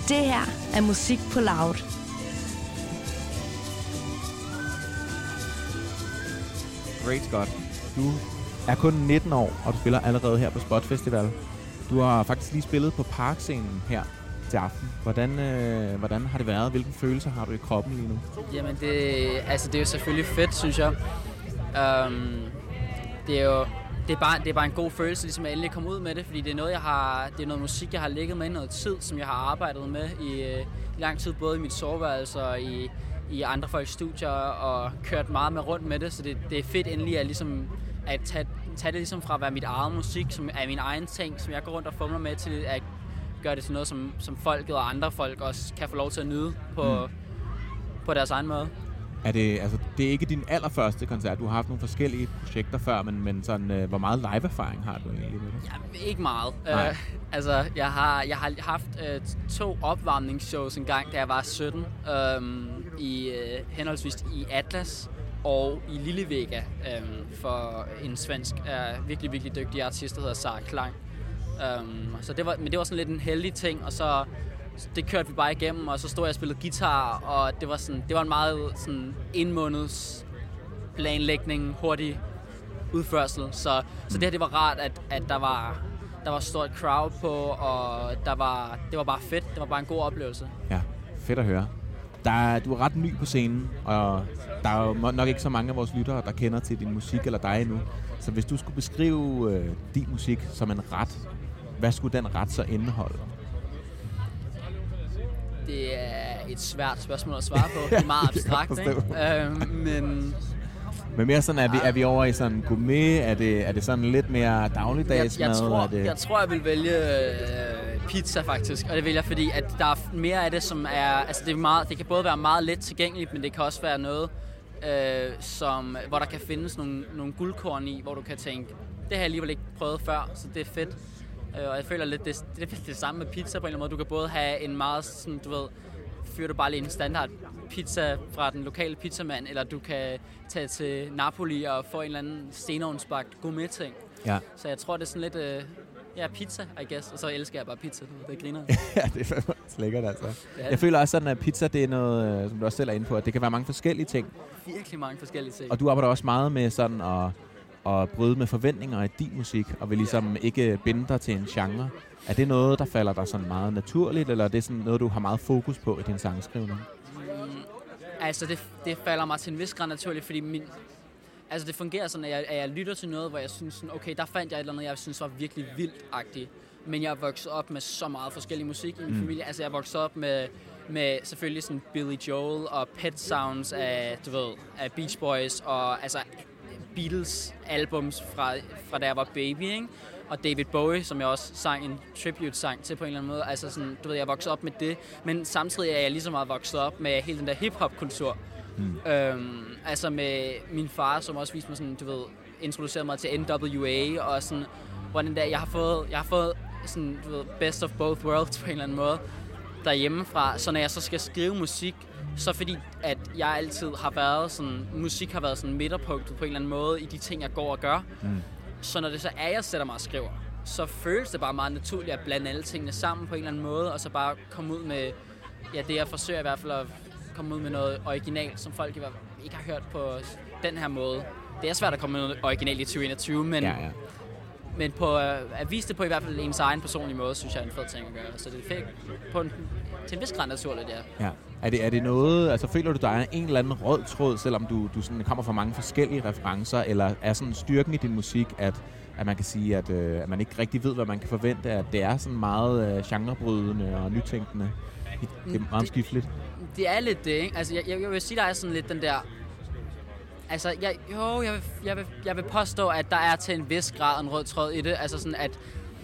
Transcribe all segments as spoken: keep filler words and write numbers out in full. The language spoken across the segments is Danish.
Det her er Musik på Loud. Great Scott, du er kun nitten år, og du spiller allerede her på Spot Festival. Du har faktisk lige spillet på Parkscenen her til aften. Hvordan, øh, hvordan har det været? Hvilke følelser har du i kroppen lige nu? Jamen, det, altså, det er jo selvfølgelig fedt, synes jeg. Um, det er jo det er bare, det er bare en god følelse, ligesom at endelig komme ud med det, fordi det er noget, jeg har, det er noget musik, jeg har ligget med i noget tid, som jeg har arbejdet med i, i lang tid, både i mit soveværelse og i, i andre folks studier, og kørt meget med rundt med det, så det, det er fedt endelig at, ligesom, at tage, tage det ligesom fra at være mit eget musik, som er min egen ting, som jeg går rundt og fumler med, til at gøre det til noget, som, som folket og andre folk også kan få lov til at nyde på, mm. på deres egen måde. Er det, altså, det er ikke din allerførste koncert. Du har haft nogle forskellige projekter før, men, men sådan, øh, hvor meget live-erfaring har du egentlig med det? Ja, ikke meget. Uh, altså, jeg har, jeg har haft uh, to opvarmningsshows en gang, da jeg var sytten, um, i uh, henholdsvis i Atlas og i Lille Vega, um, for en svensk, uh, virkelig, virkelig dygtig artist, der hedder Sara Klang. Um, så det var, men det var sådan lidt en heldig ting, og så Så det kørte vi bare igennem, og så stod jeg og spillede guitar, og det var sådan, det var en meget sådan en måneds planlægning, hurtig udførsel. Så, så det her, det var rart, at, at der var der var stort crowd på, og der var, det var bare fedt. Det var bare en god oplevelse. Ja, fedt at høre. Der, du er ret ny på scenen, og der er jo nok ikke så mange af vores lyttere, der kender til din musik eller dig endnu. Så hvis du skulle beskrive øh, din musik som en ret, hvad skulle den ret så indeholde? Det er et svært spørgsmål at svare på. Det er meget abstrakt, ikke? Øhm, men... Men mere sådan, er vi, er vi over i sådan gourmet? Er det, er det sådan lidt mere dagligdags jeg, jeg mad? Tror, er det... Jeg tror, jeg vil vælge øh, pizza, faktisk. Og det vil jeg, fordi at der er mere af det, som er... Altså, det, er meget, det kan både være meget let tilgængeligt, men det kan også være noget, øh, som, hvor der kan findes nogle, nogle guldkorn i, hvor du kan tænke, det har jeg alligevel ikke prøvet før, så det er fedt. Og jeg føler lidt, det, det er det samme med pizza på en eller anden måde. Du kan både have en meget sådan, du ved, fyrer du bare lige en standard pizza fra den lokale pizzamand, eller du kan tage til Napoli og få en eller anden stenovnsbagt gourmet-ting. Ja. Så jeg tror, det er sådan lidt, øh, ja, pizza, I guess. Og så elsker jeg bare pizza, det griner. Ja, det er fandme lækkert, altså. Ja. Jeg føler også sådan, at pizza, det er noget, som du også selv er inde på, at det kan være mange forskellige ting. Virkelig mange forskellige ting. Og du arbejder også meget med sådan at og bryde med forventninger i din musik, og vil ligesom ikke binde dig til en genre. Er det noget, der falder dig sådan meget naturligt, eller er det sådan noget, du har meget fokus på i din sangskrivning? Mm, altså, det, det falder mig til en vis grad naturligt, fordi min, altså, det fungerer sådan, at jeg, at jeg lytter til noget, hvor jeg synes, sådan, okay, der fandt jeg et eller andet, jeg synes var virkelig vildt-agtigt. Men jeg er vokset op med så meget forskellig musik i min mm. familie. Altså, jeg er vokset op med, med selvfølgelig sådan Billy Joel og Pet Sounds af, du ved, af Beach Boys, og altså Beatles albums fra, fra da jeg var baby, ikke? Og David Bowie, som jeg også sang en tribute-sang til på en eller anden måde. Altså sådan, du ved, jeg er vokset op med det, men samtidig er jeg lige så meget vokset op med hele den der hip-hop-kultur. Mm. Øhm, altså med min far, som også viste mig sådan, du ved, introducerede mig til N W A, og sådan, hvordan der, jeg har fået, jeg har fået sådan, du ved, best of both worlds på en eller anden måde derhjemmefra. Så når jeg så skal skrive musik, så fordi, at jeg altid har været sådan, musik har været sådan midterpunktet på en eller anden måde i de ting, jeg går og gør. Mm. Så når det så er, jeg sætter mig og skriver, så føles det bare meget naturligt at blande alle tingene sammen på en eller anden måde, og så bare komme ud med, ja, det jeg forsøger i hvert fald at komme ud med noget originalt, som folk ikke har hørt på den her måde. Det er svært at komme med noget originalt i tyve enogtyve, men, ja, ja. men på, at vise det på i hvert fald ens egen personlige måde, synes jeg er en fed ting at gøre. Så det er fedt på en, til en vis grad naturligt, ja. ja. Er det, er det noget, altså føler du, der er en eller anden rød tråd, selvom du, du sådan kommer fra mange forskellige referencer, eller er sådan styrken i din musik, at, at man kan sige, at, øh, at man ikke rigtig ved, hvad man kan forvente, at det er sådan meget øh, genrebrydende og nytænkende? Det er meget det, skifteligt. Det er lidt det, ikke? Altså, jeg, jeg, jeg vil sige, der er sådan lidt den der... Altså, jeg, jo, jeg vil, jeg, vil, jeg vil påstå, at der er til en vis grad en rød tråd i det. Altså sådan, at...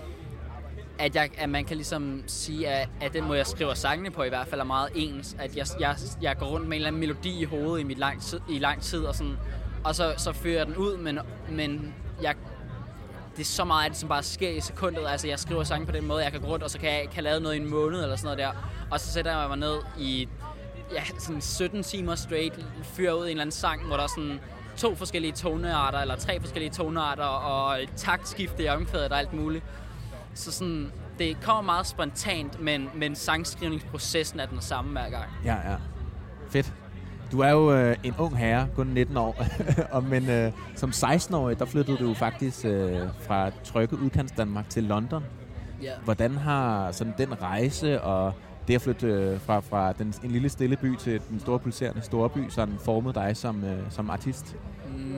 At, jeg, at man kan ligesom sige, at, at den måde, jeg skriver sangene på, i hvert fald er meget ens. At jeg, jeg, jeg går rundt med en eller anden melodi i hovedet i, mit lang tid, i lang tid, og, sådan, og så, så fører jeg den ud, men, men jeg, det er så meget af det, som bare sker i sekundet. Altså, jeg skriver sange på den måde, jeg kan gå rundt, og så kan jeg kan lave noget i en måned, eller sådan noget der. Og så sætter jeg mig ned i ja, sådan sytten timer straight, fyrer ud en eller anden sang, hvor der er sådan to forskellige tonearter, eller tre forskellige tonearter, og taktskifte i omkvædet og alt muligt. Så sådan, det kommer meget spontant, men, men sangskrivningsprocessen er den samme hver gang. Ja, ja. Fedt. Du er jo øh, en ung herre, kun nitten år, og, men øh, som seksten-årig, der flyttede du faktisk øh, fra trygge udkants Danmark til London. Yeah. Hvordan har sådan den rejse og det at flytte øh, fra, fra den, en lille stille by til den store pulserende store by sådan formet dig som, øh, som artist? Mm,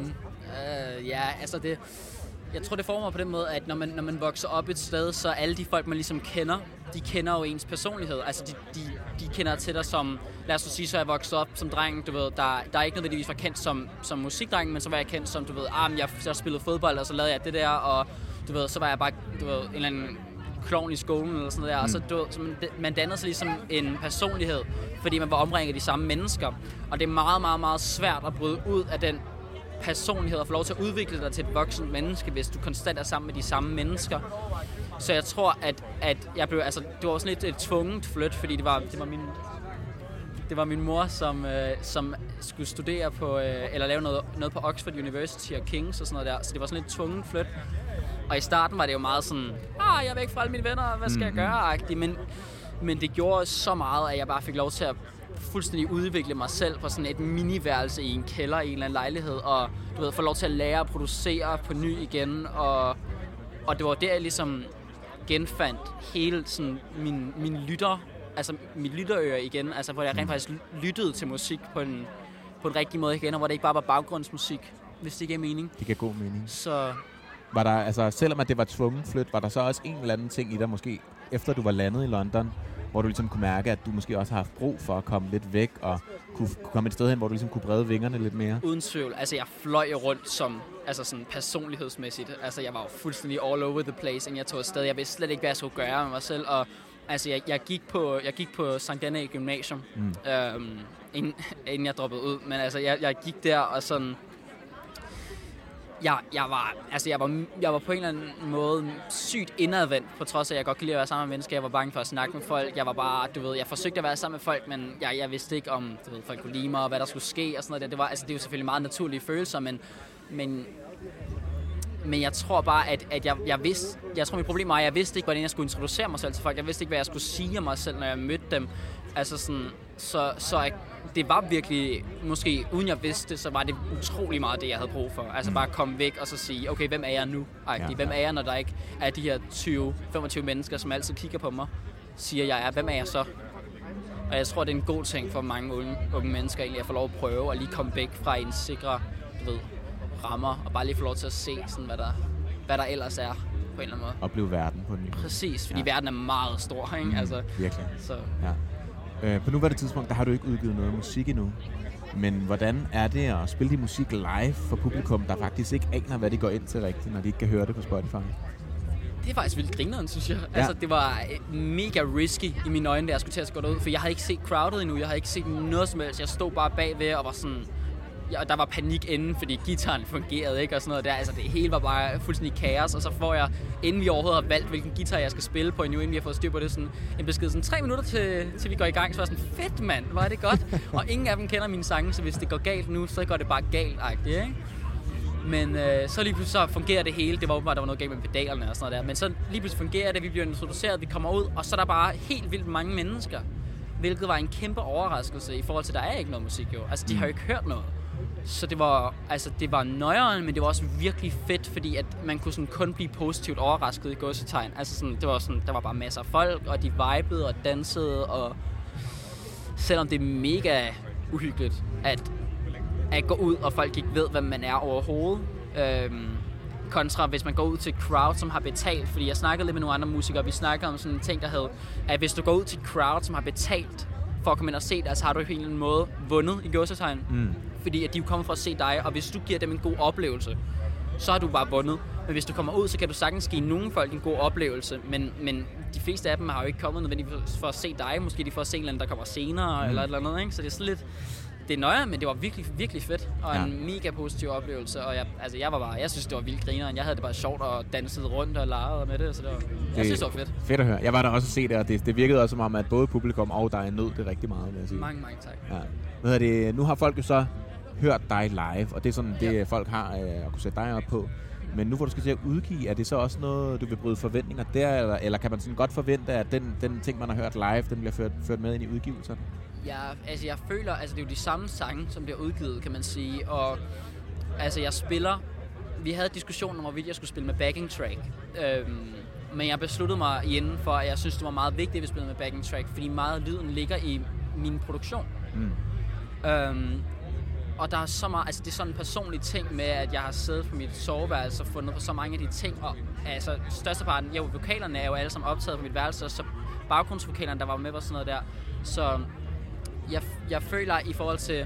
øh, ja, altså det... Jeg tror, det former på den måde, at når man, når man vokser op et sted, så alle de folk, man ligesom kender, de kender jo ens personlighed. Altså, de, de, de kender til dig som... Lad os sige, så er jeg vokset op som dreng, du ved, der, der er ikke nødvendigvis var kendt som, som musikdreng, men så var jeg kendt som, du ved, ah, jeg, jeg spillede fodbold, og så lavede jeg det der, og du ved, så var jeg bare, du ved, en eller anden klovn i skolen, eller sådan noget der, mm. og så, du ved, så man, man dannede sig ligesom en personlighed, fordi man var omringet af de samme mennesker. Og det er meget, meget, meget svært at bryde ud af den personlighed og få lov til at udvikle dig til et voksent menneske, hvis du konstant er sammen med de samme mennesker. Så jeg tror, at, at jeg blev, altså, det var sådan lidt et tvunget flyt, fordi det var, det var min, det var min mor, som, øh, som skulle studere på, øh, eller lave noget, noget på Oxford University og King's og sådan noget der, så det var sådan lidt tvunget flyt. Og i starten var det jo meget sådan, ah, jeg er væk fra alle mine venner, hvad skal mm-hmm. jeg gøre-agtigt, men, men det gjorde så meget, at jeg bare fik lov til at fuldstændig udvikle mig selv på sådan et miniværelse i en kælder i en eller anden lejlighed, og du ved, få lov til at lære at producere på ny igen, og, og det var der, jeg ligesom genfandt hele sådan min, min lytter, altså mit lytterøre igen, altså hvor jeg rent faktisk lyttede til musik på en, på en rigtig måde igen, og hvor det ikke bare var baggrundsmusik, hvis det giver mening. Det giver god mening. Så... Var der, altså selvom at det var tvunget flyt, var der så også en eller anden ting i dig, måske efter du var landet i London, hvor du ligesom kunne mærke, at du måske også har haft brug for at komme lidt væk og kunne, kunne komme et sted hen, hvor du ligesom kunne brede vingerne lidt mere? Uden tvivl. Altså, jeg fløj rundt som, altså sådan personlighedsmæssigt. Altså, jeg var jo fuldstændig all over the place, inden jeg tog afsted. Jeg vidste slet ikke, hvad jeg skulle gøre med mig selv. Og altså, jeg, jeg gik på, jeg gik på Sankt Annæ Gymnasium, mm. øhm, inden, inden jeg droppede ud. Men altså, jeg, jeg gik der og sådan... Jeg, jeg, var, altså jeg, var, jeg var på en eller anden måde sygt indadvendt, på trods af, at jeg godt kan lide at være sammen med mennesker. Jeg var bange for at snakke med folk. Jeg var bare, du ved, jeg forsøgte at være sammen med folk, men jeg, jeg vidste ikke, om du ved, folk kunne lide mig, og hvad der skulle ske og sådan noget. Det, var, altså, det er jo selvfølgelig meget naturlige følelser, men, men, men jeg tror bare, at, at jeg, jeg vidste, jeg tror mit problem var, at jeg vidste ikke, hvordan jeg skulle introducere mig selv til folk. Jeg vidste ikke, hvad jeg skulle sige af mig selv, når jeg mødte dem. Altså sådan, så, så jeg, det var virkelig, måske uden jeg vidste det, så var det utrolig meget det, jeg havde brug for. Altså mm. bare komme væk og så sige, okay, hvem er jeg nu? Ja, hvem er jeg, når der ikke er de her tyve femogtyve mennesker, som altid kigger på mig, siger jeg er, hvem er jeg så? Og jeg tror, det er en god ting for mange unge, unge mennesker egentlig, at få lov at prøve at lige komme væk fra en sikre, du ved, rammer, og bare lige få lov til at se, sådan, hvad, der, hvad der ellers er på en eller anden måde. Opleve verden på en ny måde. Præcis, fordi ja. verden er meget stor, ikke? Mm, altså, virkelig. Så. Ja. Øh, på nuværende tidspunkt, der har du ikke udgivet noget musik endnu. Men hvordan er det at spille din musik live for publikum, der faktisk ikke aner, hvad de går ind til rigtigt, når de ikke kan høre det på Spotify? Det er faktisk vildt grineren, synes jeg. Ja. Altså, det var mega risky i mine øjne, da jeg skulle til at gå derud, for jeg havde ikke set crowdet endnu, jeg havde ikke set noget som helst. Jeg stod bare bagved og var sådan... Ja, der var panik inden, fordi guitaren fungerede ikke og sådan noget der. Altså det hele var bare fuldstændig kaos, og så får jeg, inden vi overhovedet har valgt, hvilken guitar jeg skal spille på, inden vi har fået styr på det, sådan en besked sådan tre minutter til, til vi går i gang, så var jeg sådan, fedt mand, hvor er det godt. Og ingen af dem kender mine sange, så hvis det går galt nu, så går det bare galt-agtigt, ikke? Men øh, så lige pludselig så fungerer det hele. Det var åbenbart, der var noget galt med pedalerne og sådan noget der. Men så lige pludselig fungerer det, vi bliver introduceret, vi kommer ud, og så er der bare helt vildt mange mennesker. Hvilket var en kæmpe overraskelse i forhold til, at der er ikke noget musik jo. Altså de har jo ikke hørt noget. Så det var, altså det var nøjeren, men det var også virkelig fedt, fordi at man kunne sådan kun blive positivt overrasket i gåsetegn. Altså sådan, det var sådan, der var bare masser af folk, og de vibede og dansede, og selvom det er mega uhyggeligt at, at gå ud, og folk ikke ved, hvem man er overhovedet, øhm, kontra hvis man går ud til crowd, som har betalt, fordi jeg snakkede lidt med nogle andre musikere, vi snakker om sådan en ting, der hed, at hvis du går ud til crowd, som har betalt for at komme ind og se det, altså har du på en eller anden måde vundet i gåsetegn. Mm. Fordi at de er kommet for at se dig, og hvis du giver dem en god oplevelse, så har du bare vundet. Men hvis du kommer ud, så kan du sagtens give nogle folk en god oplevelse, men, men de fleste af dem har jo ikke kommet nødvendigvis for at se dig. Måske de får at se en eller anden, der kommer senere, mm. eller et eller andet, ikke? Så det er sådan lidt... Det er nøje, men det var virkelig, virkelig fedt, og ja. en mega positiv oplevelse, og jeg, altså jeg var bare, jeg synes, det var vildt grineren. Jeg havde det bare sjovt og danset rundt og legede med det, så det var, det jeg synes, det var fedt. Fedt at høre. Jeg var der også at se det, og det, det virkede også som om, at både publikum og dig nød det rigtig meget, vil jeg sige. Mange, mange tak. Ja. Hvad det? Nu har folk jo så hørt dig live, og det er sådan, det ja. folk har øh, at kunne sætte dig op på. Men nu hvor du skal til at udgive, er det så også noget, du vil bryde forventninger der, eller, eller kan man sådan godt forvente, at den, den ting, man har hørt live, den bliver ført, ført med ind i udgivelserne? Ja, altså jeg føler, altså det er jo de samme sange, som bliver udgivet, kan man sige, og altså jeg spiller, vi havde diskussionen om, hvorvidt jeg skulle spille med backing track, øhm, men jeg besluttede mig igen for, at jeg synes, det var meget vigtigt, at vi spillede med backing track, fordi meget af lyden ligger i min produktion. Mm. Øhm, og der er så meget, altså det er sådan en personlig ting med, at jeg har siddet på mit soveværelse og fundet på så mange af de ting, og altså størsteparten, jo, vokalerne er jo alle sammen optaget på mit værelse, og så baggrundsvokalerne, der var med, var sådan noget der, så jeg, jeg føler i forhold til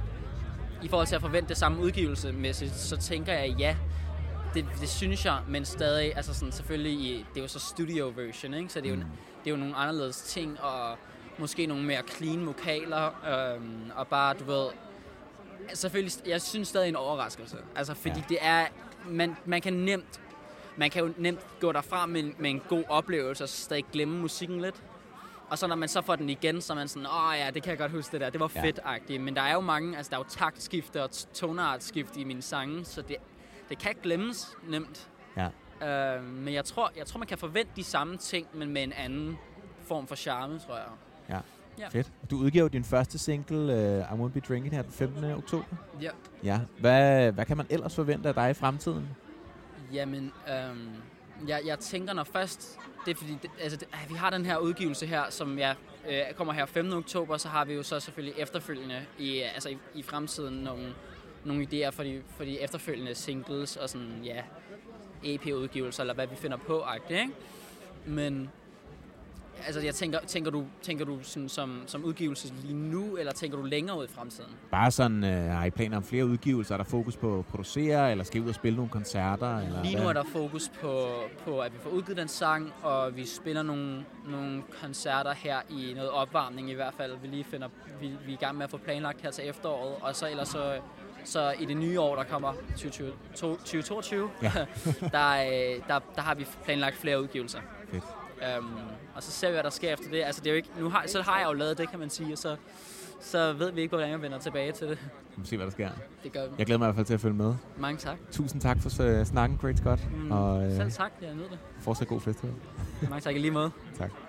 i forhold til at forvente det samme udgivelsesmæssigt, så tænker jeg ja, det, det synes jeg, men stadig, altså sådan selvfølgelig, i, det er jo så studio version, ikke? Så det er, jo, mm. det er jo nogle anderledes ting, og måske nogle mere clean vokaler, øhm, og bare, du ved, selvfølgelig, jeg synes stadig en overraskelse, altså fordi ja. det er, man, man kan nemt, man kan jo nemt gå derfra med, med en god oplevelse, og stadig glemme musikken lidt. Og så når man så får den igen, så er man sådan, åh ja, det kan jeg godt huske det der, det var ja. fedt-agtigt. Men der er jo mange, altså der er jo taktskifte og toneartskifte i mine sange, så det, det kan glemmes nemt. Ja. Øh, men jeg tror, jeg tror, man kan forvente de samme ting, men med en anden form for charme, tror jeg. Ja, ja. Fedt. Du udgiver din første single, uh, I Won't Be Drinking, her den femtende oktober. Ja. Ja. Hvad, hvad kan man ellers forvente af dig i fremtiden? Jamen, øhm, jeg, jeg tænker, når først... Det er fordi, det, altså det, vi har den her udgivelse her, som jeg øh, kommer her femtende oktober, så har vi jo så selvfølgelig efterfølgende i, altså i, i fremtiden nogle, nogle idéer for de, for de efterfølgende singles og sådan, ja, E P-udgivelser, eller hvad vi finder på-agtigt, ikke? Men altså, jeg tænker, tænker du, tænker du sådan, som, som udgivelse lige nu, eller tænker du længere ud i fremtiden? Bare sådan, øh, har I planer om flere udgivelser? Er der fokus på at producere, eller skal I ud og spille nogle koncerter? Eller lige nu er der fokus på, på, at vi får udgivet den sang, og vi spiller nogle, nogle koncerter her i noget opvarmning i hvert fald. Vi lige finder, vi, vi er i gang med at få planlagt her til efteråret, og så ellers så, så i det nye år, der kommer tyve toogtyve, ja. der, der, der har vi planlagt flere udgivelser. Fedt. Um, og så ser vi, hvad der sker efter det. Altså, det er jo ikke, nu har, så har jeg jo lavet det, kan man sige, og så, så ved vi ikke, hvordan jeg vender tilbage til det. Vi må se, hvad der sker. Det gør vi. Jeg glæder mig i hvert fald til at følge med. Mange tak. Tusind tak for uh, snakken, Great Scott. Mm, og, uh, selv tak, jeg nød det. Fortsat god festival. Mange tak i lige måde. Tak.